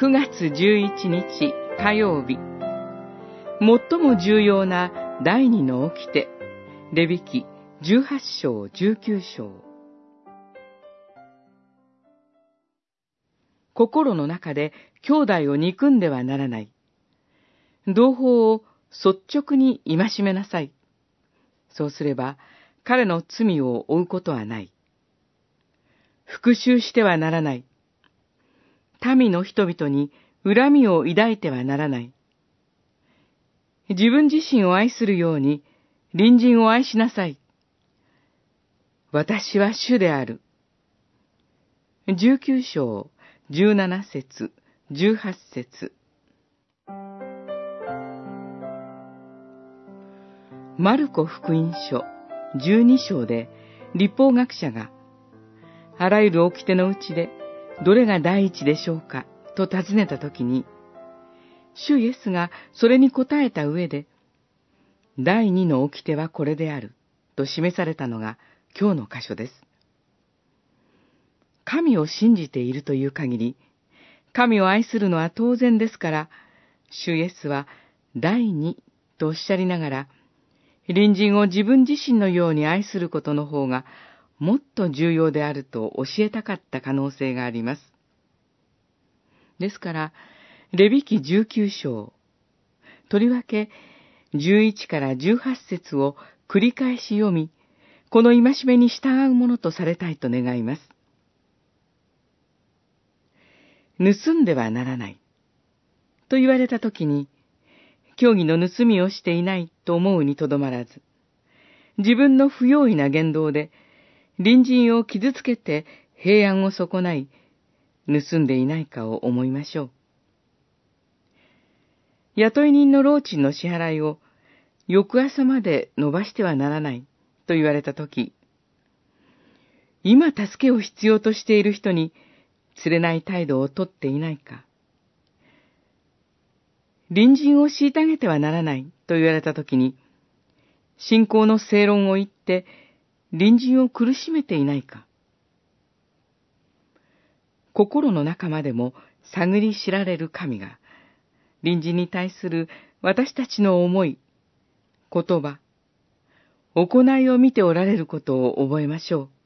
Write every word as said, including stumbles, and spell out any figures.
くがつじゅういちにち火曜日、最も重要な第二の掟、レビ記じゅうはちしょうじゅうきゅうしょう。心の中で兄弟を憎んではならない。同胞を率直に戒めなさい。そうすれば彼の罪を負うことはない。復讐してはならない。民の人々に恨みを抱いてはならない。自分自身を愛するように隣人を愛しなさい。私は主である。じゅうきゅうしょうじゅうななせつじゅうはちせつ。マルコ福音書じゅうにしょうで律法学者が、あらゆる掟のうちでどれが第一でしょうかと尋ねたときに、主イエスがそれに答えた上で、第二の掟はこれであると示されたのが今日の箇所です。神を信じているという限り、神を愛するのは当然ですから、主イエスは第二とおっしゃりながら、隣人を自分自身のように愛することの方がもっと重要であると教えたかった可能性があります。ですから、レビ記じゅうきゅうしょう、とりわけじゅういちからじゅうはちせつを繰り返し読み、この戒めに従うものとされたいと願います。盗んではならないと言われたときに、教義の盗みをしていないと思うにとどまらず、自分の不用意な言動で隣人を傷つけて平安を損ない、盗んでいないかを思いましょう。雇い人の労賃の支払いを翌朝まで延ばしてはならないと言われたとき、今助けを必要としている人につれない態度をとっていないか、隣人を虐げてはならないと言われたときに、信仰の正論を言って隣人を苦しめていないか、心の中までも探り知られる神が、隣人に対する私たちの思い、言葉、行いを見ておられることを覚えましょう。